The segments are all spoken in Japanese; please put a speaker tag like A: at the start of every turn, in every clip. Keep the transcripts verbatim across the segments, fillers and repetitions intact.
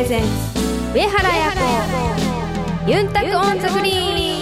A: レゼンツ上原彩子ユンタクオンザグリーン。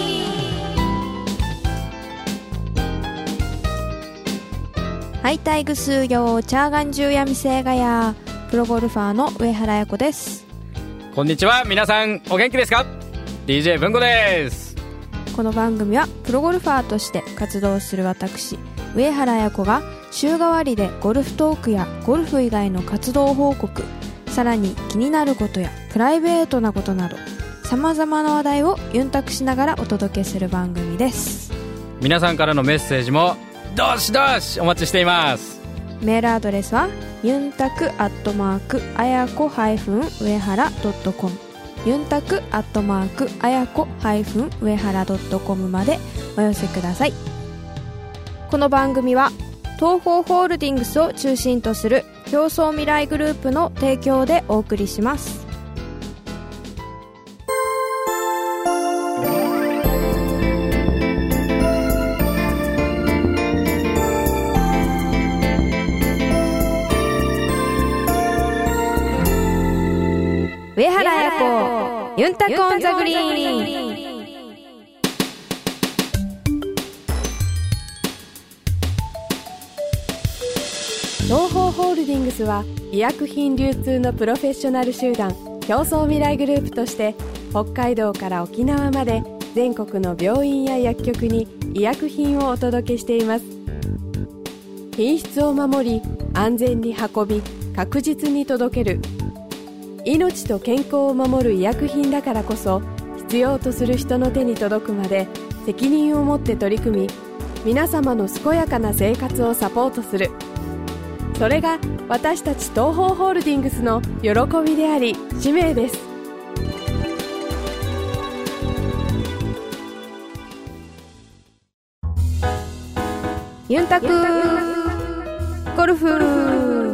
A: はい、タイグスーヨーチャーガンジューヤミセイガヤプロゴルファーの上原彩子です。
B: こんにちは、皆さんお元気ですか？ ディージェー 文吾です。
A: この番組はプロゴルファーとして活動する私上原彩子が週替わりでゴルフトークやゴルフ以外の活動報告、さらに気になることやプライベートなことなどさまざまな話題をユンタクしながらお届けする番組です。
B: 皆さんからのメッセージもどしどしお待ちしています。
A: メールアドレスはユンタクアットマークあやこハイフン上原ドットコム、ユンタクアットマークあやこハイフン上原ドットコムまでお寄せください。この番組は東方ホールディングスを中心とする競争未来グループの提供でお送りします。上原彩子ユンタクオンザグリーン。東方ホールディングスは医薬品流通のプロフェッショナル集団競争未来グループとして北海道から沖縄まで全国の病院や薬局に医薬品をお届けしています。品質を守り安全に運び確実に届ける、命と健康を守る医薬品だからこそ必要とする人の手に届くまで責任を持って取り組み、皆様の健やかな生活をサポートする、それが私たち東方ホールディングスの喜びであり使命です。ユンタクゴルフ。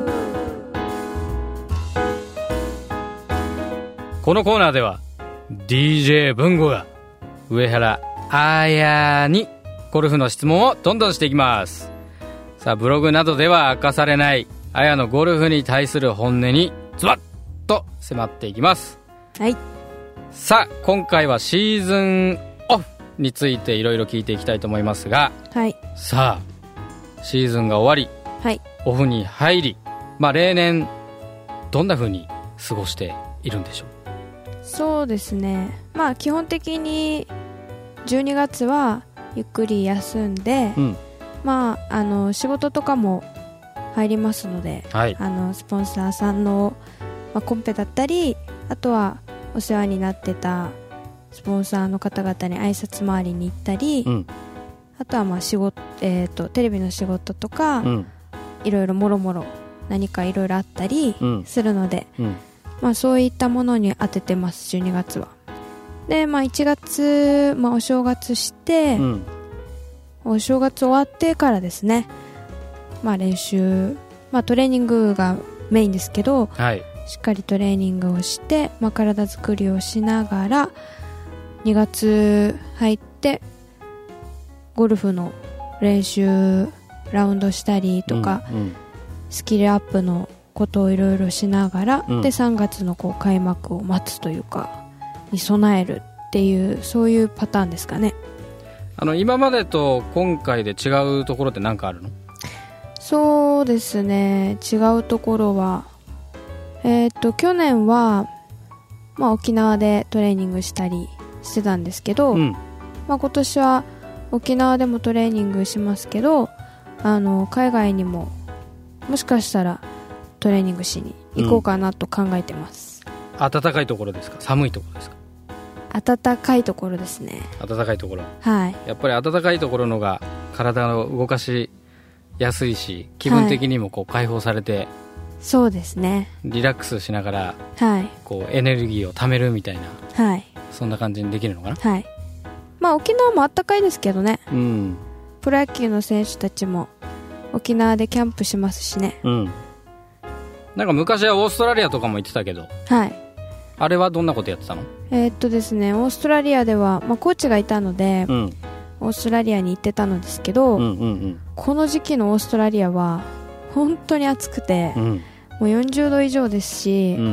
B: このコーナーでは ディージェー 文吾が上原彩にゴルフの質問をどんどんしていきます。さあ、ブログなどでは明かされない彩のゴルフに対する本音にズバッと迫っていきます。
A: はい。
B: さあ、今回はシーズンオフについていろいろ聞いていきたいと思いますが、
A: はい。
B: さあシーズンが終わり、
A: はい、
B: オフに入り、まあ例年どんな風に過ごしているんでしょう？
A: そうですね、まあ基本的にじゅうにがつはゆっくり休んで、うん、まああの仕事とかも入りますので、はい、あのスポンサーさんの、まあ、コンペだったり、あとはお世話になってたスポンサーの方々に挨拶回りに行ったり、うん、あとはまあ仕事、えーと、テレビの仕事とか、うん、いろいろもろもろ何かいろいろあったりするので、うんうん、まあ、そういったものに当ててます。じゅうにがつはで、まあ、いちがつ、まあ、お正月して、うん、お正月終わってからですね、まあ、練習、まあ、トレーニングがメインですけど、はい、しっかりトレーニングをして、まあ、体作りをしながらにがつ入ってゴルフの練習ラウンドしたりとか、うんうん、スキルアップのことをいろいろしながら、うん、でさんがつのこう開幕を待つというかに備えるっていう、そういうパターンですかね。
B: あの今までと今回で違うところって何かあるの？
A: そうですね、違うところはえっと去年は、まあ、沖縄でトレーニングしたりしてたんですけど、うん、まあ、今年は沖縄でもトレーニングしますけど、あの海外にももしかしたらトレーニングしに行こうかなと考えてます、
B: うん、暖かいところですか？寒いところですか？
A: 暖かいところですね。
B: 暖かいところ、
A: はい、
B: やっぱり暖かいところのが体を動かしやすいし、気分的にもこう解放されて、はい、
A: そうですね、
B: リラックスしながら、
A: はい、
B: こうエネルギーを貯めるみたいな、はい、そんな感じにできるのかな。
A: はい、まあ、沖縄も暖かいですけどね、うん、プロ野球の選手たちも沖縄でキャンプしますしね、うん、
B: なんか昔はオーストラリアとかも行ってたけど、
A: はい、
B: あれはどんなことやってたの？
A: えー、っとですねオーストラリアでは、まあ、コーチがいたので、うん、オーストラリアに行ってたのですけど、うんうんうん、この時期のオーストラリアは本当に暑くて、うん、もうよんじゅうど以上ですし、うん、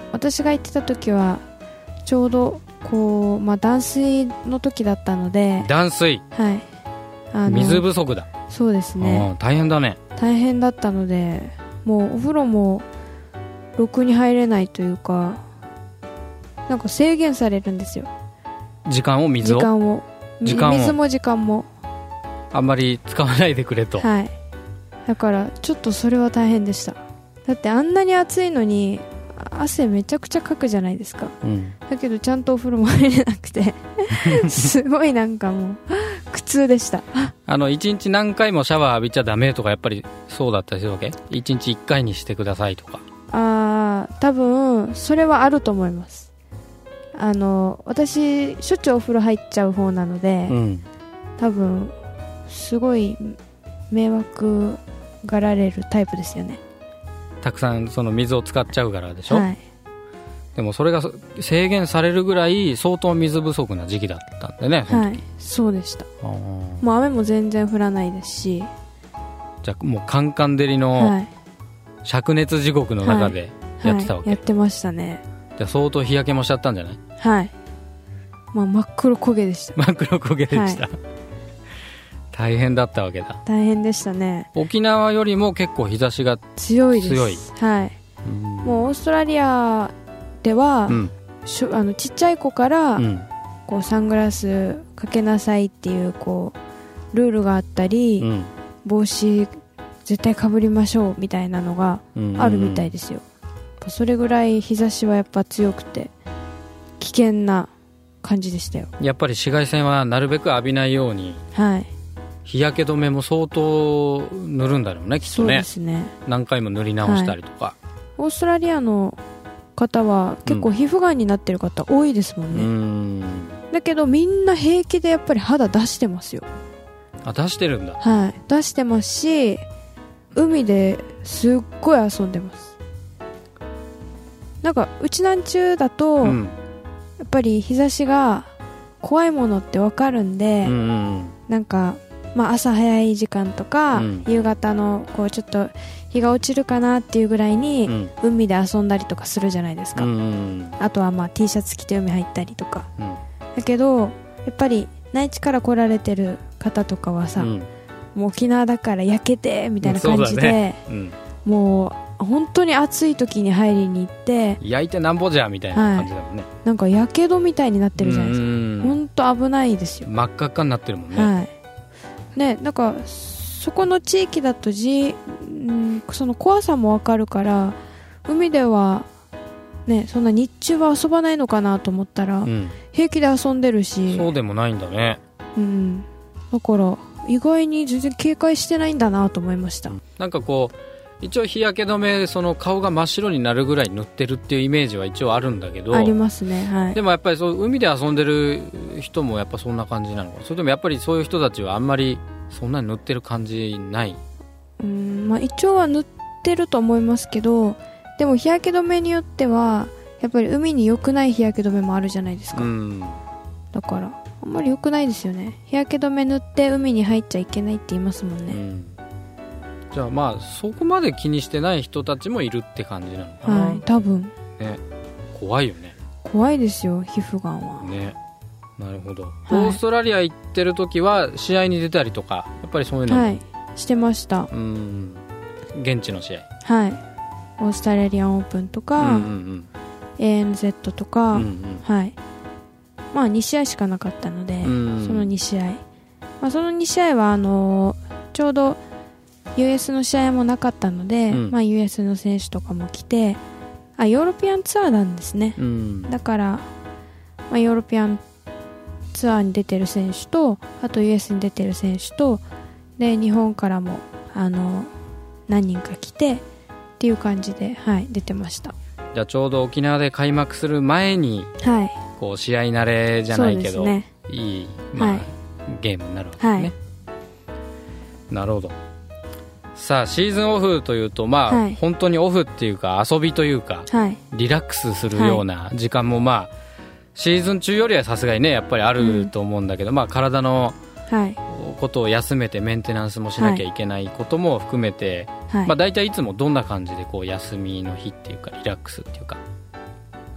A: 私が行ってた時はちょうどこう、まあ、断水の時だったので。
B: 断水、
A: はい、あの
B: 水不足だ。
A: そうですね、
B: 大変だね。
A: 大変だったので、もうお風呂もろくに入れないというか、なんか制限されるんですよ、
B: 時間を水を
A: 時間を
B: 時間を
A: 水も時間も
B: あんまり使わないでくれと。
A: はい、だからちょっとそれは大変でした。だってあんなに暑いのに汗めちゃくちゃかくじゃないですか、うん、だけどちゃんとお風呂も入れなくてすごいなんかもう苦痛でした。
B: あのいちにち何回もシャワー浴びちゃダメとかやっぱりそうだったりするわけ？いちにちいっかいにしてくださいとか。
A: あー、多分それはあると思います。あの私しょっちゅうお風呂入っちゃう方なので、うん、多分すごい迷惑がられるタイプですよね。
B: たくさんその水を使っちゃうからでしょ、はい、でもそれが制限されるぐらい相当水不足な時期だったんでね。
A: はい、そうでした。もう雨も全然降らないですし、
B: じゃあもうカンカン照りの灼熱地獄の中でやってたわけ、
A: はいはい、やってましたね。
B: じゃあ相当日焼けもしちゃったんじゃない？
A: はい、まあ、真っ黒焦げでした。
B: 真っ黒焦げでした、はい、大変だったわけだ。
A: 大変でしたね。
B: 沖縄よりも結構日差しが
A: 強いです。
B: 強い、
A: はい、もうオーストラリアでは、うん、しょあのちっちゃい子から、うん、こうサングラスかけなさいっていう、こうルールがあったり、うん、帽子絶対かぶりましょうみたいなのがあるみたいですよ、うん、それぐらい日差しはやっぱ強くて危険な感じでしたよ。
B: やっぱり紫外線はなるべく浴びないように、はい、日焼け止めも相当塗るんだろうね、きっとね。そうですね、何回も塗り直したりとか、はい、
A: オーストラリアの方は結構皮膚がんになってる方多いですもんね、うん、だけどみんな平気でやっぱり肌出してますよ。
B: あ、出してるんだ。
A: はい、出してますし、海ですっごい遊んでます。なんかうちなんちゅうだと、うん、やっぱり日差しが怖いものってわかるんで、うんうん、なんか、まあ、朝早い時間とか、うん、夕方のこうちょっと日が落ちるかなっていうぐらいに、うん、海で遊んだりとかするじゃないですか、うんうん、あとはまあ T シャツ着て海入ったりとか、うん、だけどやっぱり内地から来られてる方とかはさ、うん、もう沖縄だから焼けてみたいな感じで、ね、うん、もう本当に暑い時に入りに行って
B: 焼いてなんぼじゃみたいな感じだもんね、はい、
A: なんかやけどみたいになってるじゃないですか。本当危ないですよ。
B: 真っ赤っかになってるもんね、
A: はいね、なんかそこの地域だとじ、うん、その怖さも分かるから海では、ね、そんな日中は遊ばないのかなと思ったら、うん、平気で遊んでるし。
B: そうでもないんだね、
A: うん、だから意外に全然警戒してないんだなと思いました、うん、
B: なんかこう一応日焼け止め、その顔が真っ白になるぐらい塗ってるっていうイメージは一応あるんだけど。
A: ありますね、はい、
B: でもやっぱりそう海で遊んでる人もやっぱそんな感じなのか。それともやっぱりそういう人たちはあんまりそんなに塗ってる感じない？
A: うん、まあ、一応は塗ってると思いますけど、でも日焼け止めによってはやっぱり海に良くない日焼け止めもあるじゃないですか、うん、だからあんまり良くないですよね。日焼け止め塗って海に入っちゃいけないって言いますもんね、うん、
B: じゃあまあそこまで気にしてない人たちもいるって感じなのかな。
A: はい、多分、
B: ね、怖いよね。
A: 怖いですよ、皮膚がんは
B: ね。なるほど、はい、オーストラリア行ってる時は試合に出たりとかやっぱりそういうのも、
A: はい、してました。
B: うん、現地の試合、
A: はい、オーストラリアンオープンとか、うんうんうん、エーエヌゼット とか、うんうん、はい、まあに試合しかなかったので、うんうん、そのに試合、まあ、そのに試合はあのちょうど ユーエス の試合もなかったので、うん、まあ、ユーエス の選手とかも来て、あ、ヨーロピアンツアーなんですね、うん、だから、まあ、ヨーロピアンツアーに出てる選手と、あと ユーエス に出てる選手とで日本からもあの何人か来てっていう感じで、はい、出てました。
B: じゃあちょうど沖縄で開幕する前に、はい、こう試合慣れじゃないけど、ね、いい、まあ、はい、ゲームになるわけですね、はい、なるほど。さあシーズンオフというと、まあ、はい、本当にオフっていうか遊びというか、はい、リラックスするような時間も、まあシーズン中よりはさすがにねやっぱりあると思うんだけど、うん、まあ、体のことを休めてメンテナンスもしなきゃいけないことも含めて、はい、まあ、大体いつもどんな感じでこう休みの日っていうかリラックスっていうか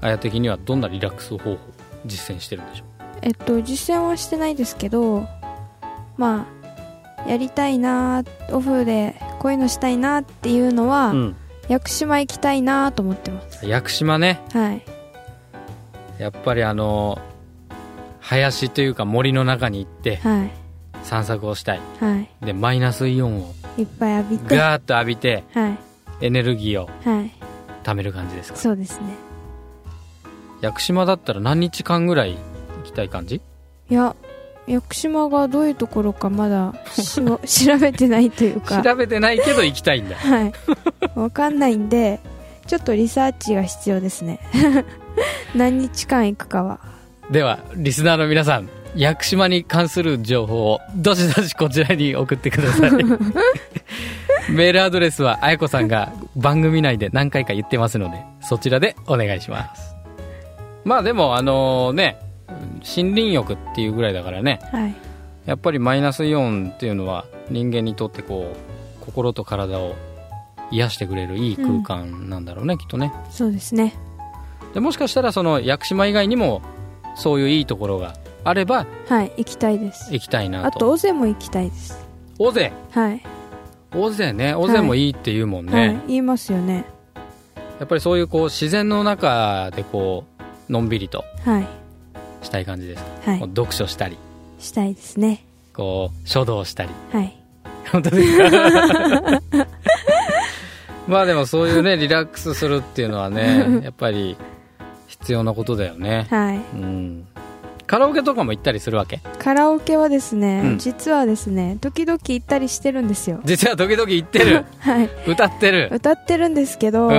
B: あや的にはどんなリラックス方法実践してるんでしょう？
A: えっと実践はしてないですけど、まあやりたいな、オフでこういうのしたいなっていうのは、うん、屋久島行きたいなと思ってます。
B: 屋久島ね。
A: はい。
B: やっぱりあの林というか森の中に行って、はい、散策をしたい、はい、でマイナスイオンを
A: いっぱい浴びて
B: ガーッと浴びて、はい、エネルギーを貯める感じですか？
A: そうですね。
B: 屋久島だったら何日間ぐらい行きたい感じ？
A: いや、屋久島がどういうところかまだ調べてないというか
B: 調べてないけど行きたいんだ。
A: はい分かんないんでちょっとリサーチが必要ですね何日間行くかは。
B: ではリスナーの皆さん、屋久島に関する情報をどしどしこちらに送ってくださいメールアドレスはあやこさんが番組内で何回か言ってますので、そちらでお願いします。まあでもあのね、森林浴っていうぐらいだからね、はい、やっぱりマイナスイオンっていうのは人間にとってこう心と体を癒してくれるいい空間なんだろうね、うん、きっとね。
A: そうですね。
B: でもしかしたらその屋久島以外にもそういういいところがあれば、
A: はい、行きたいです。
B: 行きたいなと。
A: あと尾瀬も行きたいです。
B: 尾瀬？
A: はい。
B: 尾瀬ね、尾瀬もいいって言うもんね、はいはい、
A: 言いますよね。
B: やっぱりそういうこう自然の中でこうのんびりとしたい感じですか？はい、読書したり
A: したいですね。
B: こう書道したり。
A: はい。
B: 本当ですか？まあでもそういうねリラックスするっていうのはねやっぱり必要なことだよね。
A: はい、
B: うん、カラオケとかも行ったりするわけ？
A: カラオケはですね、うん、実はですね時々行ったりしてるんですよ。
B: 実は時々行ってる
A: はい、
B: 歌ってる
A: 歌ってるんですけど、うん、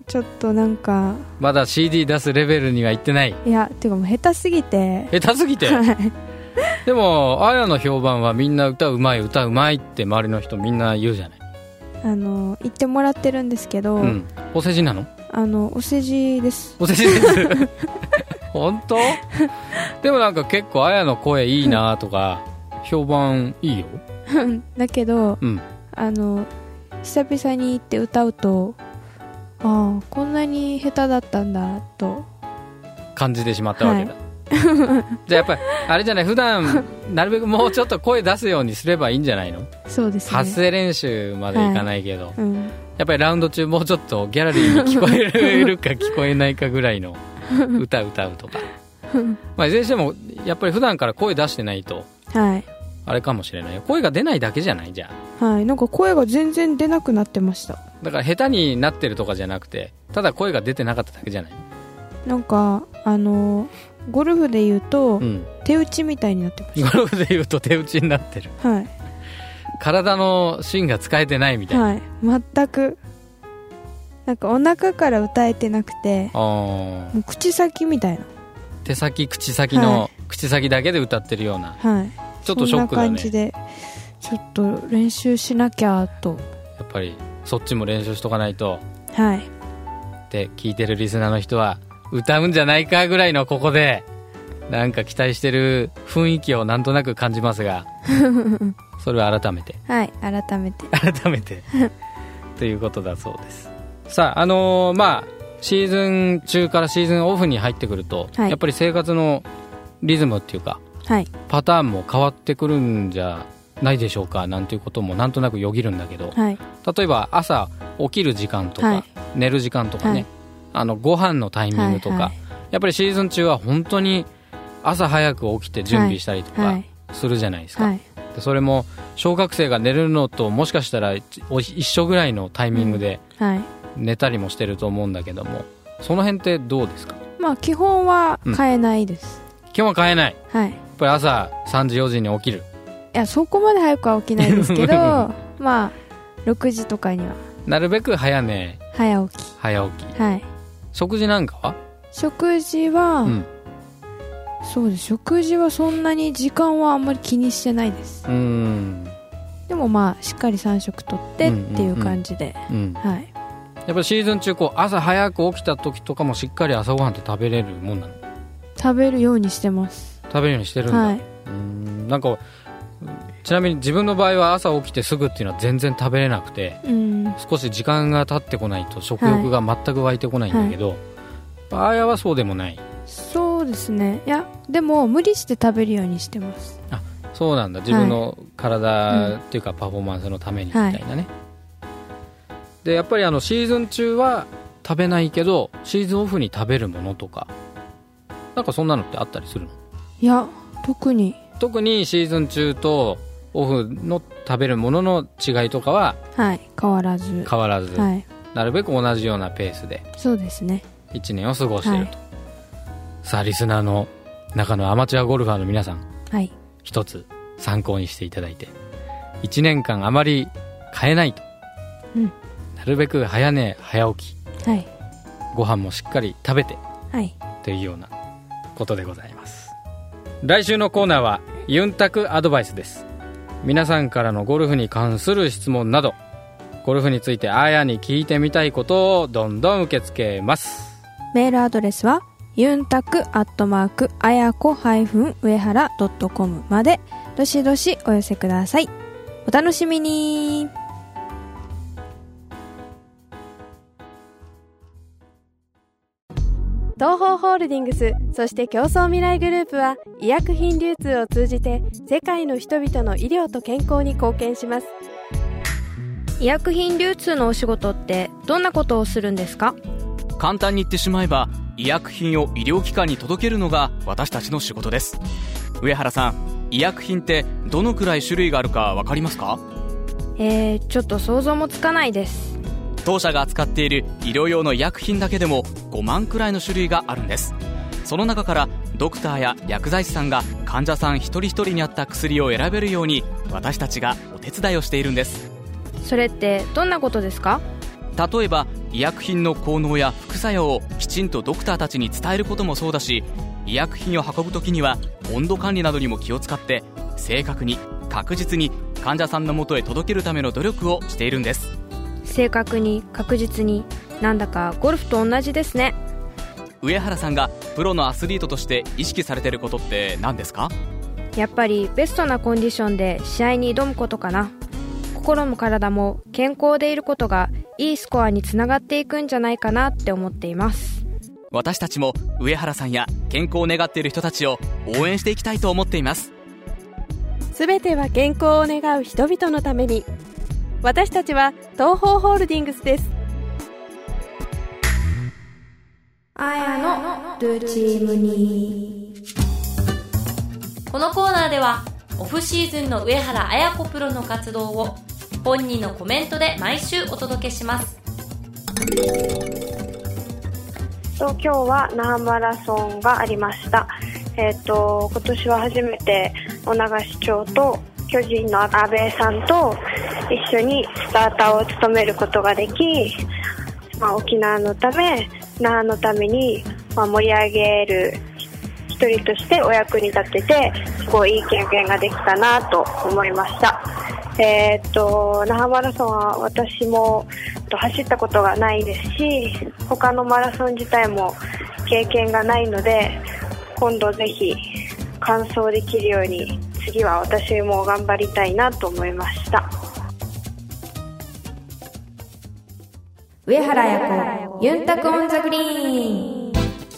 A: ちょっとなんか
B: まだ シーディー 出すレベルには行ってない。
A: いやてかもう下手すぎて
B: 下手すぎて、はい、でもあやの評判はみんな歌うまい歌うまいって周りの人みんな言うじゃない。
A: あの言ってもらってるんですけど、うん、
B: お世辞なの？
A: あのお世辞です。
B: お世辞です本当？でもなんか結構あやの声いいなとか評判いいよ
A: だけど、うん、あの久々に行って歌うと、ああこんなに下手だったんだと
B: 感じてしまったわけだ、はいじゃあやっぱりあれじゃない、普段なるべくもうちょっと声出すようにすればいいんじゃないの？
A: そうですね。
B: 発声練習までいかないけど、はいうん、やっぱりラウンド中もうちょっとギャラリーに聞こえるか聞こえないかぐらいの歌歌うとかまあいずれにしてもやっぱり普段から声出してないと、はい、あれかもしれないよ。声が出ないだけじゃない？じゃ
A: あ、はい、なんか声が全然出なくなってました。
B: だから下手になってるとかじゃなくてただ声が出てなかっただけじゃない？
A: なんかあのゴルフで言うと、うん、手打ちみたいになってました。
B: ゴルフで言うと手打ちになってる、はい、体の芯が使えてないみたいな、はい、
A: 全くなんかお腹から歌えてなくて、あもう口先みたいな、
B: 手先口先の、はい、口先だけで歌ってるような、はい、ちょっとショックだね。そんな感じで
A: ちょっと練習しなきゃと。
B: やっぱりそっちも練習しとかないと、
A: はい、
B: で聞いてるリスナーの人は歌うんじゃないかぐらいのここでなんか期待してる雰囲気をなんとなく感じますがそれは改めて
A: はい改めて
B: 改めてということだそうです。さああのー、まあシーズン中からシーズンオフに入ってくると、はい、やっぱり生活のリズムっていうか、はい、パターンも変わってくるんじゃないでしょうかなんていうこともなんとなくよぎるんだけど、はい、例えば朝起きる時間とか、はい、寝る時間とかね、はい、あのご飯のタイミングとか、はいはい、やっぱりシーズン中は本当に朝早く起きて準備したりとかするじゃないですか、はいはい、でそれも小学生が寝るのともしかしたら一緒ぐらいのタイミングで寝たりもしてると思うんだけども、その辺ってどうですか？
A: まあ基本は変えないです、
B: うん、基本は変えない、
A: はい、
B: やっぱり朝さんじよじに起きる？
A: いやそこまで早くは起きないですけどまあろくじとかには
B: なるべく早寝
A: 早起き
B: 早起き、
A: はい、
B: 食事なんかは？
A: 食事は、うん、そうです。食事はそんなに時間はあんまり気にしてないです。うーんでもまあしっかりさん食とってっていう感じで、うんうんうん、はい。
B: やっぱりシーズン中こう朝早く起きた時とかもしっかり朝ごはんって食べれるもんなの？
A: 食べるようにしてます。
B: 食べるようにしてるんだ、はい、うーんなんかちなみに自分の場合は朝起きてすぐっていうのは全然食べれなくて、うん、少し時間が経ってこないと食欲が全く湧いてこないんだけど、はい、 あやはそうでもない？
A: そうですね。いやでも無理して食べるようにしてます。
B: あ、そうなんだ。自分の体っていうかパフォーマンスのためにみたいなね、はい、でやっぱりあのシーズン中は食べないけどシーズンオフに食べるものとかなんかそんなのってあったりするの？
A: いや特に
B: 特にシーズン中とオフの食べるものの違いとかは、
A: はい、変わらず
B: 変わらず、はい、なるべく同じようなペースで
A: そうですね
B: いちねんを過ごしていると、はい、さあリスナーの中のアマチュアゴルファーの皆さん、はい、一つ参考にしていただいていちねんかんあまり変えないと、うん、なるべく早寝早起き、はい、ご飯もしっかり食べて、はい、というようなことでございます。来週のコーナーはユンタクアドバイスです。皆さんからのゴルフに関する質問などゴルフについてあやに聞いてみたいことをどんどん受け付けます。
A: メールアドレスはユンタクアットマークあやこ上原ドットコムまでどしどしお寄せください。お楽しみに。
C: 東方ホールディングスそして競争未来グループは医薬品流通を通じて世界の人々の医療と健康に貢献します。
A: 医薬品流通のお仕事ってどんなことをするんですか？
D: 簡単に言ってしまえば医薬品を医療機関に届けるのが私たちの仕事です。上原さん、医薬品ってどのくらい種類があるか分かりますか？
A: えー、ちょっと想像もつかないです。
D: 当社が扱っている医療用の医薬品だけでもごまんくらいの種類があるんです。その中からドクターや薬剤師さんが患者さん一人一人に合った薬を選べるように私たちがお手伝いをしているんです。
A: それってどんなことですか？
D: 例えば医薬品の効能や副作用をきちんとドクターたちに伝えることもそうだし、医薬品を運ぶときには温度管理などにも気を使って正確に確実に患者さんの元へ届けるための努力をしているんです。
A: 正確に確実に、なんだかゴルフと同じですね。
D: 上原さんがプロのアスリートとして意識されていることって何ですか？
A: やっぱりベストなコンディションで試合に挑むことかな。心も体も健康でいることがいいスコアにつながっていくんじゃないかなって思っています。
D: 私たちも上原さんや健康を願っている人たちを応援していきたいと思っています。
C: すべては健康を願う人々のために。私たちは東方ホールディングスです。
A: あやのルチームに。
E: このコーナーではオフシーズンの上原綾子プロの活動を本人のコメントで毎週お届けします。
F: 今日は那覇マラソンがありました。えー、と今年は初めて尾長市長と巨人の阿部さんと一緒にスターターを務めることができ、まあ、沖縄のため那覇のために、まあ、盛り上げる一人としてお役に立ててすごいいい経験ができたなと思いました。えー、と那覇マラソンは私も走ったことがないですし、他のマラソン自体も経験がないので今度ぜひ完走できるように次は私も頑張りたいなと思いました。
A: 上原綾子ユンタクオンザグリーン。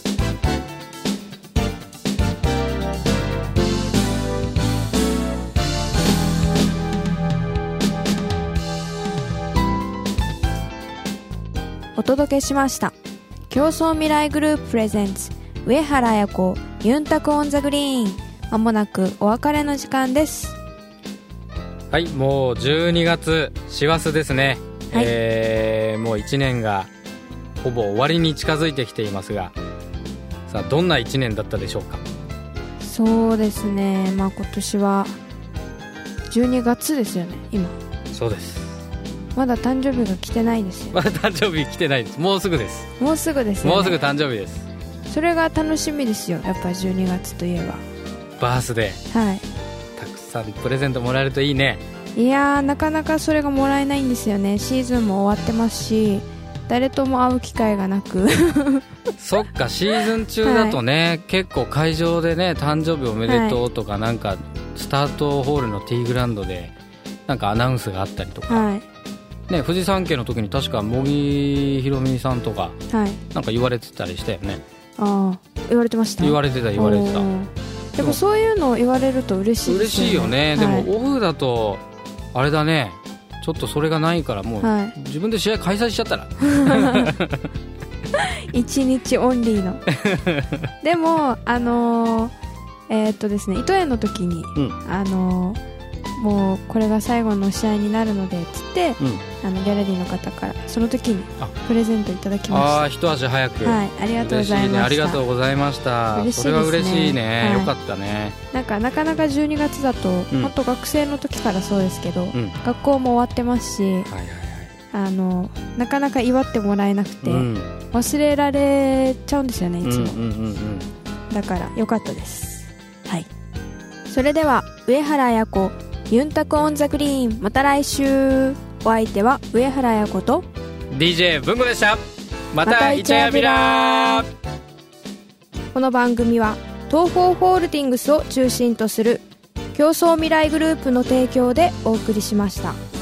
A: お届けしました競争未来グループプレゼンツ上原綾子ユンタクオンザグリーン。まもなくお別れの時間です。
B: はい、もうじゅうにがつ師走ですね、はい、えー、もういちねんがほぼ終わりに近づいてきていますが、さあどんないちねんだったでしょうか？
A: そうですね、まあ、今年はじゅうにがつですよね。今
B: そうです。
A: まだ誕生日が来てないですよ、ね、
B: まだ誕生日来てないです。もうすぐです。
A: もうすぐですよね。
B: もうすぐ誕生日です。
A: それが楽しみですよ。やっぱじゅうにがつといえば
B: バースデー、
A: はい、
B: たくさんプレゼントもらえるといいね。
A: いやーなかなかそれがもらえないんですよね。シーズンも終わってますし誰とも会う機会がなく
B: そっか、シーズン中だとね、はい、結構会場でね誕生日おめでとうとか、はい、なんかスタートホールのティーグラウンドでなんかアナウンスがあったりとか、
A: はい、
B: ね、富士山系の時に確か茂木ひろみさんとか、
A: はい、
B: なんか言われてたりしたよね。
A: ああ、言われてました。
B: 言われてた言われてた。
A: でもそういうのを言われると嬉しいですよね。
B: 嬉しいよね、
A: はい、
B: でもオフだとあれだね、ちょっとそれがないからもう、はい、自分で試合開催しちゃったら
A: 一日オンリーのでもあのー、えー、っとですね糸園の時に、うん、あのーもうこれが最後の試合になるのでつって、うん、あのギャラリーの方からその時にプレゼントいただきました。
B: ああ、一足早く、
A: はい、ありがとうございました。
B: ね、ありがとうございました。嬉しいですね、それは嬉しいね、はい、よかったね。
A: なんかなかなかじゅうにがつだと、うん、本当学生の時からそうですけど、うん、学校も終わってますし、はいはいはい、あのなかなか祝ってもらえなくて、うん、忘れられちゃうんですよねいつも、うんうんうんうん、だからよかったです。はい、それでは上原彩子ユンタクオンザグリーン、また来週。お相手は上原彩子と
B: ディージェー 文吾でした。またイチャヤビラー。
A: この番組は東方ホールディングスを中心とする競争未来グループの提供でお送りしました。